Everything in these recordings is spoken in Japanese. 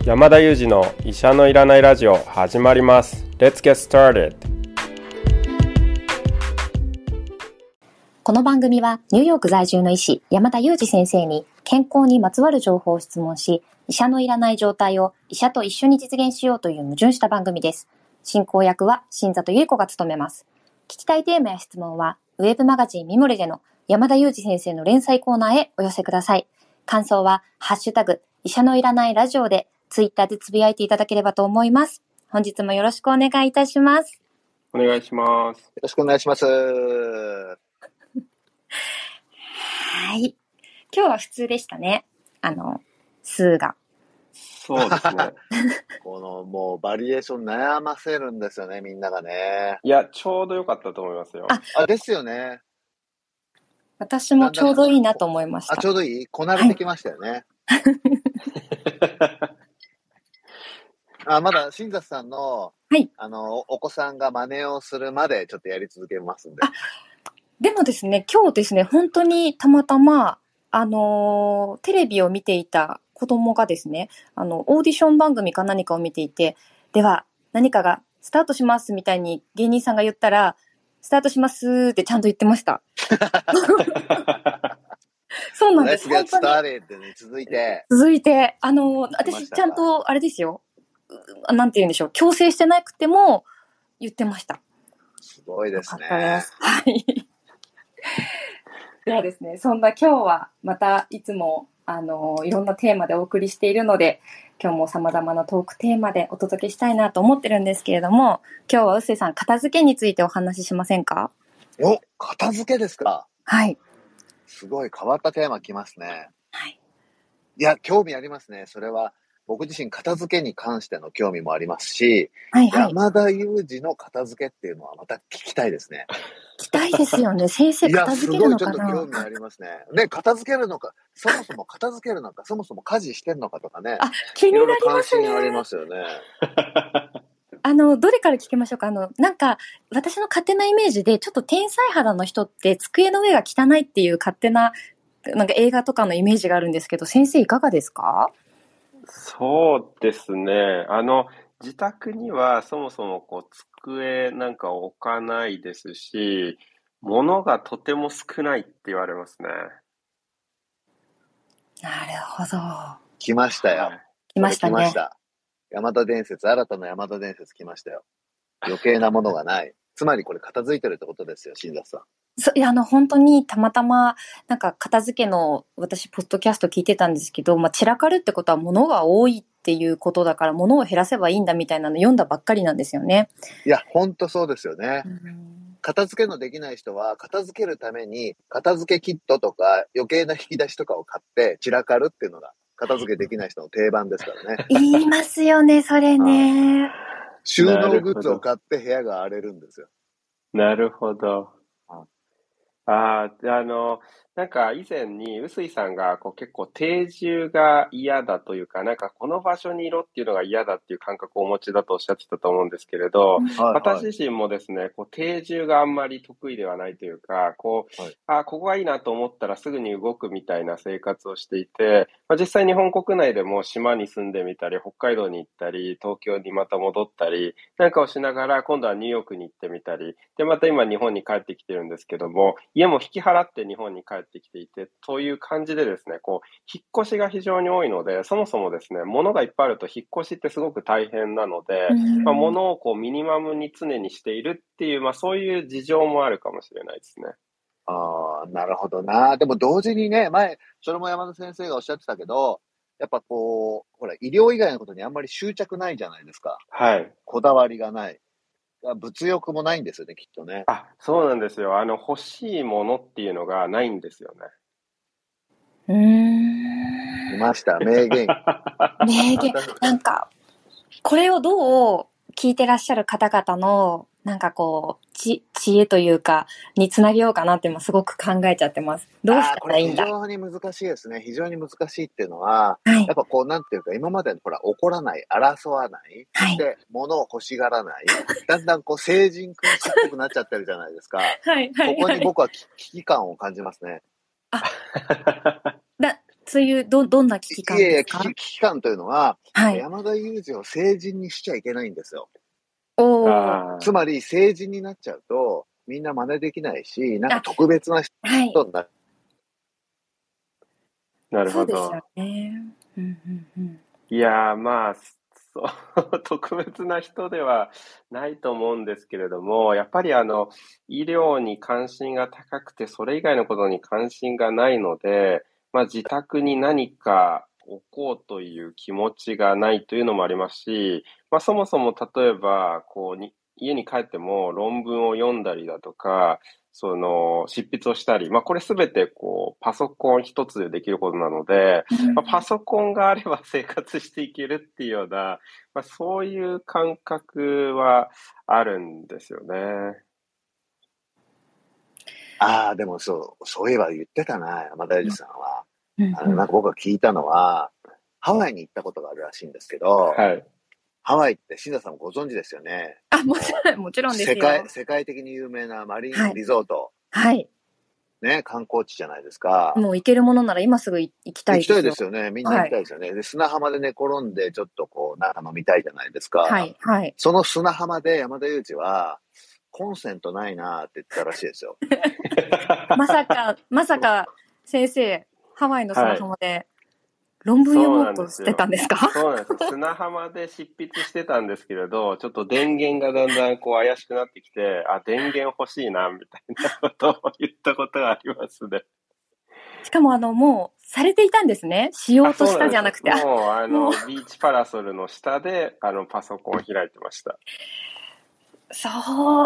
山田裕二の医者のいらないラジオ始まります。 Let's get started。 この番組はニューヨーク在住の医師山田裕二先生に健康にまつわる情報を質問し、医者のいらない状態を医者と一緒に実現しようという矛盾した番組です。進行役は新里由里子が務めます。聞きたいテーマや質問はウェブマガジンミモレでの山田裕二先生の連載コーナーへお寄せください。感想はハッシュタグ医者のいらないラジオでツイッターでつぶやいていただければと思います。本日もよろしくお願いいたします。 お願いします。 よろしくお願いします。 はい。今日は普通でしたね。数が。 そうですね。 このもうバリエーション悩ませるんですよね、みんながね。 いや、ちょうど良かったと思いますよ。 ですよね。 私もちょうどいいなと思いました。 ちょうどいい？こなれてきましたよね。はい、まだ新里さんの、 はい、 お子さんが真似をするまでちょっとやり続けますんで。 でもですね、今日ですね、本当にたまたま、テレビを見ていた子供がですね、オーディション番組か何かを見ていて、では、何かがスタートしますみたいに芸人さんが言ったら、スタートしますってちゃんと言ってました。そうなんです。 Let's get started ってね、続いて、 私ちゃんと、あれですよ、なんて言うんでしょう、強制してなくても言ってました。 すごいですね。 はい。ではですね、そんな今日はまたいつもいろんなテーマでお送りしているので、今日も様々なトークテーマでお届けしたいなと思ってるんですけれども、今日はうっせいさん、片付けについてお話ししませんか？ 片付けですか？ はい。 すごい変わったテーマ来ますね。 はい。 いや、興味ありますね。それは僕自身片付けに関しての興味もありますし、 はいはい、 山田裕二の片付けっていうのはまた聞きたいですね。 聞きたいですよね。先生片付けるのかな？ いや、すごいちょっと興味ありますね。で、片付けるのか、そもそも片付けるのか、そもそも家事してんのかとかね。 気になりますね。 いろいろ関心ありますよね。 どれから聞きましょうか。なんか、私の勝手なイメージで、ちょっと天才肌の人って机の上が汚いっていう勝手な、なんか映画とかのイメージがあるんですけど、先生いかがですか？ そうですね。自宅にはそもそも机なんか置かないですし、物がとても少ないって言われますね。 なるほど。 来ましたよ。 はい、来ましたね。 来ました。山田伝説、新たな山田伝説来ましたよ。余計なものがない。つまりこれ片付いてるってことですよ、新里さん。 いや、本当にたまたま、なんか片付けの、私、ポッドキャスト聞いてたんですけど、散らかるってことは物が多いっていうことだから、物を減らせばいいんだみたいなの読んだばっかりなんですよね。 いや、本当そうですよね。片付けのできない人は、片付けるために、片付けキットとか余計な引き出しとかを買って散らかるっていうのが、片付けできない人の定番ですからね。 言いますよね、それね。 収納グッズを買って部屋が荒れるんですよ。 なるほど。なんか以前に臼井さんが結構定住が嫌だというか、なんかこの場所にいろっていうのが嫌だっていう感覚をお持ちだとおっしゃってたと思うんですけれど、私自身もですね、定住があんまり得意ではないというか、ここがいいなと思ったらすぐに動くみたいな生活をしていて、実際日本国内でも島に住んでみたり、北海道に行ったり、東京にまた戻ったり、なんかをしながら今度はニューヨークに行ってみたり、で、また今日本に帰ってきてるんですけども、家も引き払って日本に帰ってきていて、そういう感じでですね、引っ越しが非常に多いので、そもそもですね、物がいっぱいあると引っ越しってすごく大変なので、物をミニマムに常にしているっていう、そういう事情もあるかもしれないですね。 なるほどな。でも同時にね、前、それも山田先生がおっしゃってたけど、やっぱほら、医療以外のことにあんまり執着ないじゃないですか。 はい。 こだわりがない。物欲もないんですよね、きっとね。 そうなんですよ。欲しいものっていうのがないんですよね。 いました、名言。 名言。なんか、これをどう聞いてらっしゃる方々の、なんか知恵というか、につなげようかなって今すごく考えちゃってます。どうしたらいいんだ。 これ非常に難しいですね。非常に難しいっていうのは、 はい、 やっぱなんていうか、今までの怒らない、争わない、そして物を欲しがらない、だんだん聖人君子っぽくなっちゃってるじゃないですか。はいはいはい、ここに僕は危機感を感じますね。 そそういう、どんな危機感ですか？ 危機感というのは、 はい。 山田裕二を成人にしちゃいけないんですよ。 おー。 つまり、成人になっちゃうと、みんな真似できないし、なんか特別な人はい。 になる。 なるそうですよほど。 ね。うんうんうん。 いやー、まあ、特別な人ではないと思うんですけれども、やっぱり医療に関心が高くて、それ以外のことに関心がないので、まあ、自宅に何か置こうという気持ちがないというのもありますし、まあ、そもそも例えば、家に帰っても論文を読んだりだとか、執筆をしたり、まあ、これすべてパソコン一つでできることなので、まあ、パソコンがあれば生活していけるっていうような、まあ、そういう感覚はあるんですよね。 でもそういえば言ってたな、山田裕二さんは。 うんうん。 なんか僕が聞いたのは、ハワイに行ったことがあるらしいんですけど、 はい。 ハワイって新田さんもご存知ですよね。 もちろんですよ。 世界的に有名なマリンはい。 リゾート、 はい。 ね、観光地じゃないですか。 もう行けるものなら今すぐ行きた行きたいいですよ。 ですよね。みんな行はい。 きたいですよね。で、砂浜で寝転んで、ちょっとなんか飲みたいじゃないですか。 はい。はい。 その砂浜で山田裕二は、コンセントないなーって言ってたらしいですよ。 まさか、先生、ハワイの砂はい。 浜で論文読そうなんもうとですよ。 してたんですか？ そうなんですよ。砂浜で執筆してたんですけれど、ちょっと電源がだんだん怪しくなってきて、あ、電源欲しいな、みたいなことを言ったことがありますね。 しかももう、されていたんですね。しよあ、 うとしそうなんです。 たじゃなくて。 もう、 もう、 ビーチパラソルの下で、パソコンを開いてました。 そう、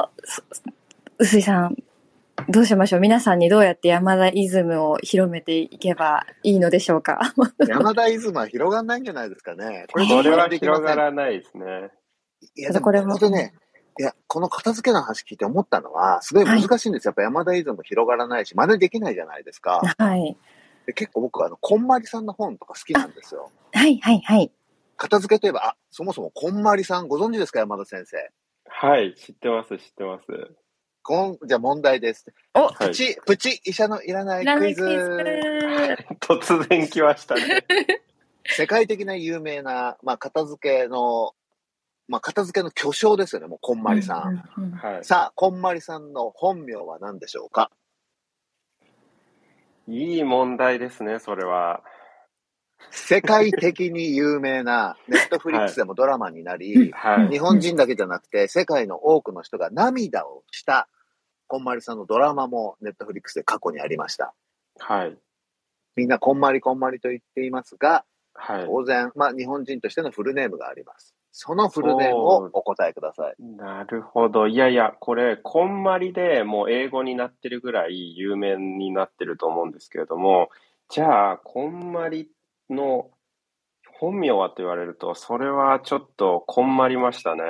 臼井さん、どうしましょう。皆さんにどうやって山田イズムを広めていけばいいのでしょうか。 山田イズムは広がんないんじゃないですかね。これちょっこれはと真似できません？ 広がらないですね。 いや、 ちょっとでもここれも、 こでね、いや、この片付けの話聞いて思ったのは、すごいはい。 難しいんですよ。やっぱ山田イズム広がらないし、真似できないじゃないですか。 はい。 で、結構僕こんまりさんの本とか好きあ、 なんですよ。 はい、はい、はい。 片付けといえば、そもそもこんまりさんご存知ですか、山田先生。 はい、知ってます、知ってます。 じゃあ問題です。 お、 はい。 プチ、医者のいらないいらクイないクイズ。 ズ。 突然来ましたね。 世界的な有名な、片付けの巨匠ですよね、もうこんまりさん。 はい。 さあ、こんまりさんの本名は何でしょうか？ いい問題ですね、それは。 世界的に有名な、ネットフリックはい。 スでもドラマになり、 はい。 日本人だけじゃなくて、世界の多くの人が涙をした、こんまりさんのドラマもネットフリックスで過去にありました。 はい。 みんなこんまりこんまりと言っていますが、 はい。 当然、日本人としてのフルネームがあります。そのフルネームをそう、 お答えください。 なるほど。いやいや、これ、こんまりでもう英語になってるぐらい有名になってると思うんですけれども、じゃあ、こんまりの本名はと言われると、それはちょっと困りましたね。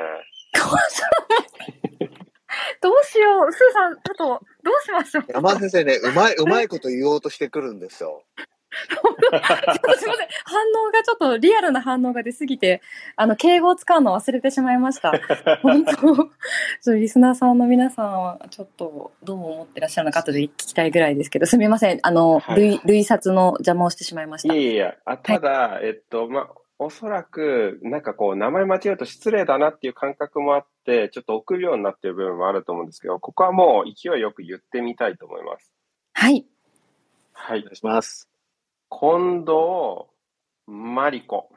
どうしよう。スーさん、ちょっと、どうしましょう。 山田先生ね、うまいこと言おうとしてくるんですよ。 ちょっとすいません。ちょっとリアルな反応が出すぎて、敬語を使うの忘れてしまいました。本当リスナーさんの皆さんは、ちょっと、どう思ってらっしゃるのか後で聞きたいぐらいですけど、すみません。 はい。 類冊の邪魔をしてしまいました。 いえいえ、 はい。 ただ、おそらく、なんか名前間違えると失礼だなっていう感覚もあって、ちょっと臆病になってる部分もあると思うんですけど、ここはもう勢いよく言ってみたいと思います。 はい。 はい。 お願いします。 近藤真理子。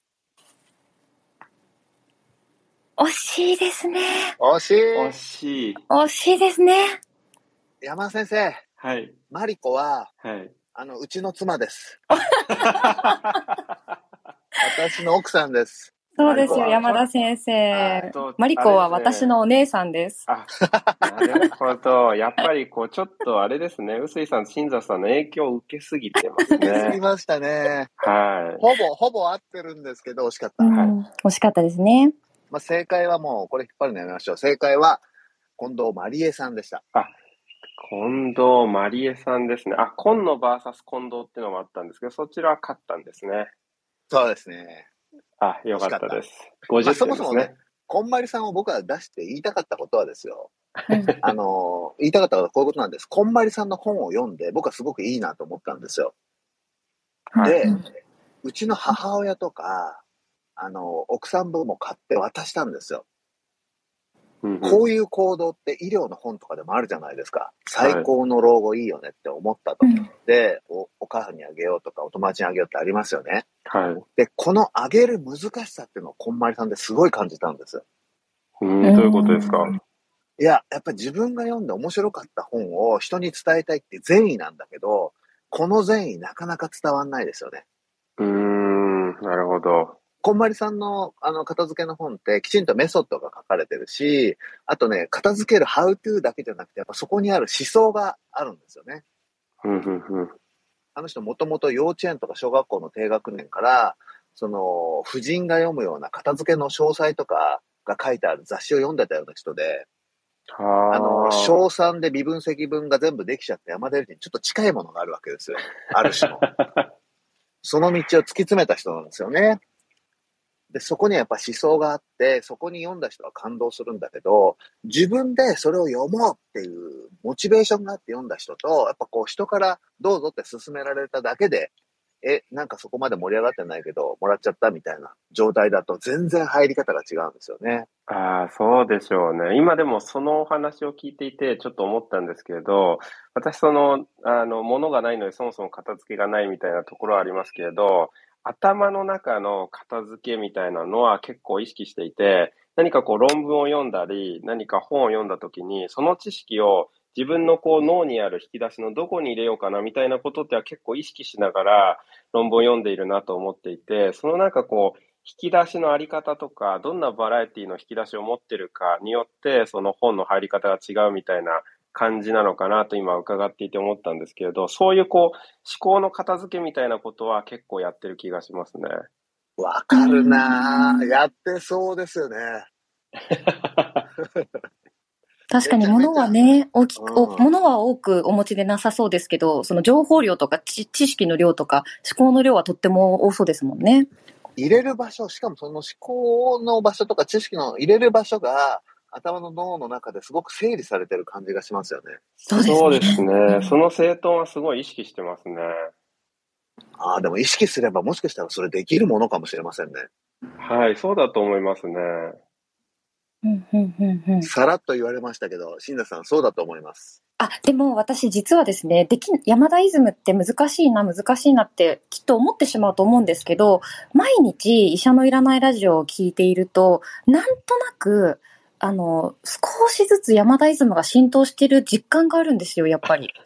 惜しいですね。 惜し惜い。 しい。 惜しいですね。 山田先生、 はい。 マリコは、 はい。 うちの妻です。 あ、 私の奥さんです。 そうですよ、 マリコは。 山田先生。マリあれでコはすね。 私のお姉さんです。 あ、なるほど。やっぱりちょっとあれですね。臼井さん、新座さんの影響を受けすぎてます受けすぎね。 ましたね。 はい。 ほぼ合ってるんですけど、惜しかった。 はい。 惜しかったですね。 正解はもう、これ引っ張るのやめましょう。正解は、近藤まりえさんでした。 あ、近藤まりえさんですね。あ、今野 VS 近藤っていうのもあったんですけど、そちらは勝ったんですね。 そうですね。 あ、よか惜しかった。 ったです。50 そもそもね、 点ですね。 こんまりさんを僕は出して言いたかったことはですよ。 うん。 言いたかったことはこういうことなんです。こんまりさんの本を読んで、僕はすごくいいなと思ったんですよ。 で、うちの母親とか、奥さん分も買って渡したんですよ。こういう行動って医療の本とかでもあるじゃないですか。最高の老後いいよねって思ったと。で、お母さんにあげようとか、お友達にあげようってありますよね。で、このあげる難しさっていうのをこんまりさんですごい感じたんです。 どういうことですか？ いや、やっぱり自分が読んで面白かった本を人に伝えたいって善意なんだけど、この善意なかなか伝わんないですよね。 なるほど。 こんまりさんの片付けの本ってきちんとメソッドが書かれてるし、あとね、片付けるハウトゥーだけじゃなくて、やっぱそこにある思想があるんですよね。あの人もともと幼稚園とか小学校の低学年から、婦人が読むような片付けの詳細とかが書いてある雑誌を読んでたような人で、小3で微分積分が全部できちゃって山田裕二にちょっと近いものがあるわけですよ。ある種の。その道を突き詰めた人なんですよね。で、そこにはやっぱ思想があって、そこに読んだ人は感動するんだけど、自分でそれを読もうっていうモチベーションがあって読んだ人と、やっぱこう人からどうぞって勧められただけで、なんかそこまで盛り上がってないけど、もらっちゃったみたいな状態だと全然入り方が違うんですよね。 そうでしょうね。今でもそのお話を聞いていてちょっと思ったんですけれど、私物がないのでそもそも片付けがないみたいなところはありますけれど、頭の中の片付けみたいなのは結構意識していて、何かこう論文を読んだり、何か本を読んだ時に、その知識を自分のこう脳にある引き出しのどこに入れようかなみたいなことっては結構意識しながら論文を読んでいるなと思っていて、そのなんかこう、引き出しのあり方とか、どんなバラエティの引き出しを持ってるかによって、その本の入り方が違うみたいな感じなのかなと今伺っていて思ったんですけれど、そういうこう、思考の片付けみたいなことは結構やってる気がしますね。 わかるなぁ。やってそうですよね。 確かに物はね、物は多くお持ちでなさそうですけど、その情報量とか知識の量とか思考の量はとっても多そうですもんね。 入れる場所、しかもその思考の場所とか知識の入れる場所が頭の脳の中ですごく整理されてる感じがしますよね。 そうですね。その整頓はすごい意識してますね。 でも意識すればもしかしたらそれできるものかもしれませんね。 はい、そうだと思いますね。 さらっと言われましたけど、新田さんそうだと思います。 でも私実はですね、山田イズムって難しいなってきっと思ってしまうと思うんですけど、毎日医者のいらないラジオを聞いていると、なんとなく、少しずつ山田イズムが浸透している実感があるんですよ、やっぱり。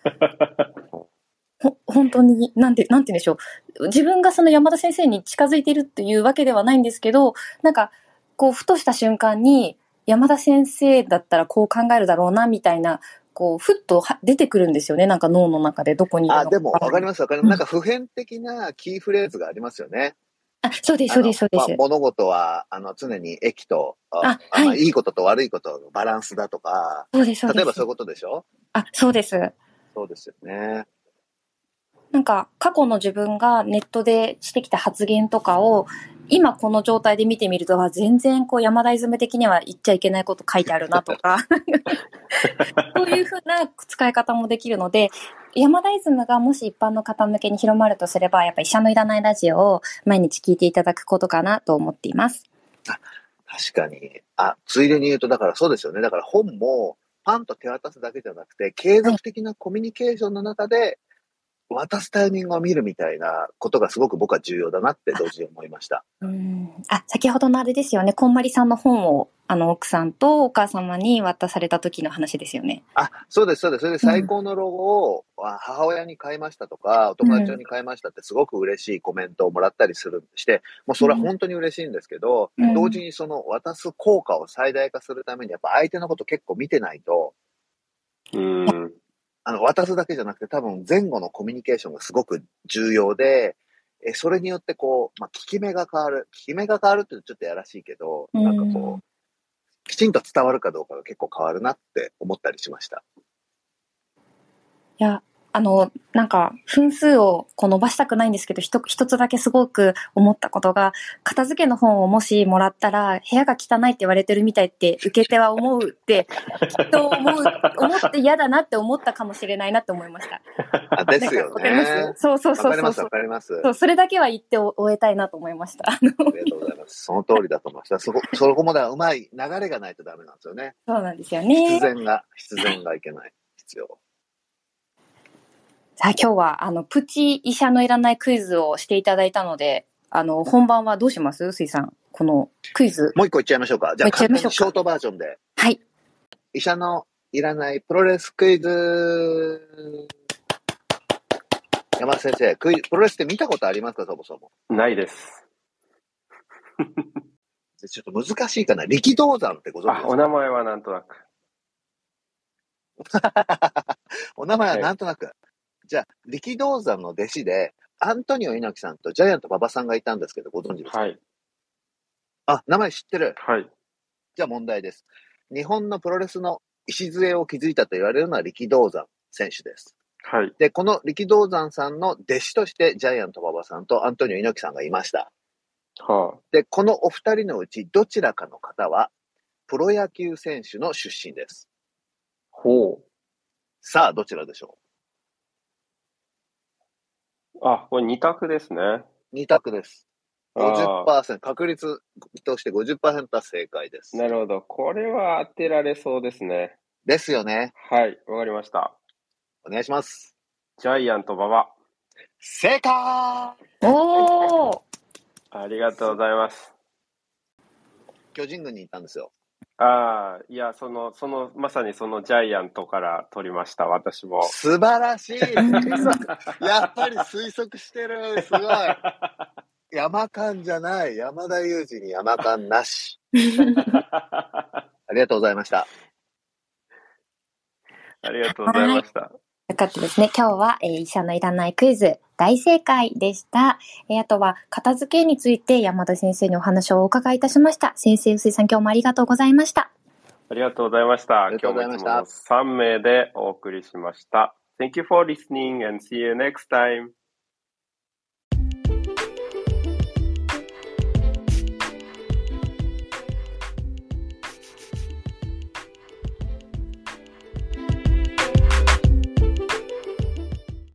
本当に、なんて言うんでしょう。自分がその山田先生に近づいているっていうわけではないんですけど、なんか、こう、ふとした瞬間に、山田先生だったらこう考えるだろうな、みたいな、こう、ふっと出てくるんですよね。なんか脳の中でどこにいるのか。 でも、わかります。なんか普遍的なキーフレーズがありますよね。 そうです。 物事は、常に益と、いいことと悪いことのバランスだとか、例えばそういうことでしょ？ そうです。 そうですよね。 なんか、過去の自分がネットでしてきた発言とかを、今この状態で見てみると、全然こう山田イズム的には言っちゃいけないこと書いてあるなとか、そういうふうな使い方もできるので、山田イズムがもし一般の方向けに広まるとすれば、やっぱり医者のいらないラジオを毎日聞いていただくことかなと思っています。 確かに。ついでに言うと、だからそうですよね。だから本もパンと手渡すだけじゃなくて、継続的なコミュニケーションの中で、渡すタイミングを見るみたいなことがすごく僕は重要だなって同時に思いました。 先ほどのあれですよね。こんまりさんの本を奥さんとお母様に渡された時の話ですよね。 そうです。それで最高のロゴを母親に買いましたとか、お友達に買いましたってすごく嬉しいコメントをもらったりするして、もうそれは本当に嬉しいんですけど、同時にその渡す効果を最大化するためにやっぱ相手のこと結構見てないと、渡すだけじゃなくて多分前後のコミュニケーションがすごく重要で、それによってこう、効き目が変わる。効き目が変わるってちょっとやらしいけど、なんかこう、きちんと伝わるかどうかが結構変わるなって思ったりしました。 いや、 なんか、分数をこう伸ばしたくないんですけど、一つだけすごく思ったことが、片付けの本をもしもらったら、部屋が汚いって言われてるみたいって受け手は思うって、きっと思って嫌だなって思ったかもしれないなって思いました。 ですよね。 わかります？そうそうそうそう。 わかります。 そう、それだけは言って終えたいなと思いました。 ありがとうございます。その通りだと思いました。そこまではうまい流れがないとダメなんですよね。 そうなんですよね。 必然がいけない。必要。 さあ今日はプチ医者のいらないクイズをしていただいたので、本番はどうします？水さん。このクイズ。 もう一個いっちゃいましょうか。じゃあ、ショートバージョンで。 はい。 医者のいらないプロレスクイズ。山田先生、プロレスって見たことありますか、そもそも。 ないです。 ちょっと難しいかな。力道山ってご存知ですか？ お名前はなんとなく。 お名前はなんとなく。はい、じゃあ、力道山の弟子で、アントニオ猪木さんとジャイアント馬場さんがいたんですけど、ご存知ですか？ はい。 名前知ってる？ はい。 じゃあ問題です。日本のプロレスの礎を築いたと言われるのは力道山選手です。 はい。 で、この力道山さんの弟子としてジャイアント馬場さんとアントニオ猪木さんがいました。 はあ。 で、このお二人のうちどちらかの方は、プロ野球選手の出身です。 ほう。 さあ、どちらでしょう？これ2択ですね。 2択です。50%、確率として 50% は正解です。 なるほど。これは当てられそうですね。 ですよね。 はい、わかりました。 お願いします。 ジャイアント馬場。 正解！ おー！ ありがとうございます。 巨人軍に行ったんですよ。 いや、まさにそのジャイアントから取りました、私も。 素晴らしいやっぱり推測してる。すごい。山間じゃない。山田裕二に山間なし。ありがとうございました。 ありがとうございました。 よかったですね。今日は、医者のいらないクイズ大正解でした。あとは片付けについて山田先生にお話をお伺いいたしました。先生、臼井さん、今日もありがとうございました。 ありがとうございました。今日もいつもの3名でお送りしました。Thank you for listening and see you next time.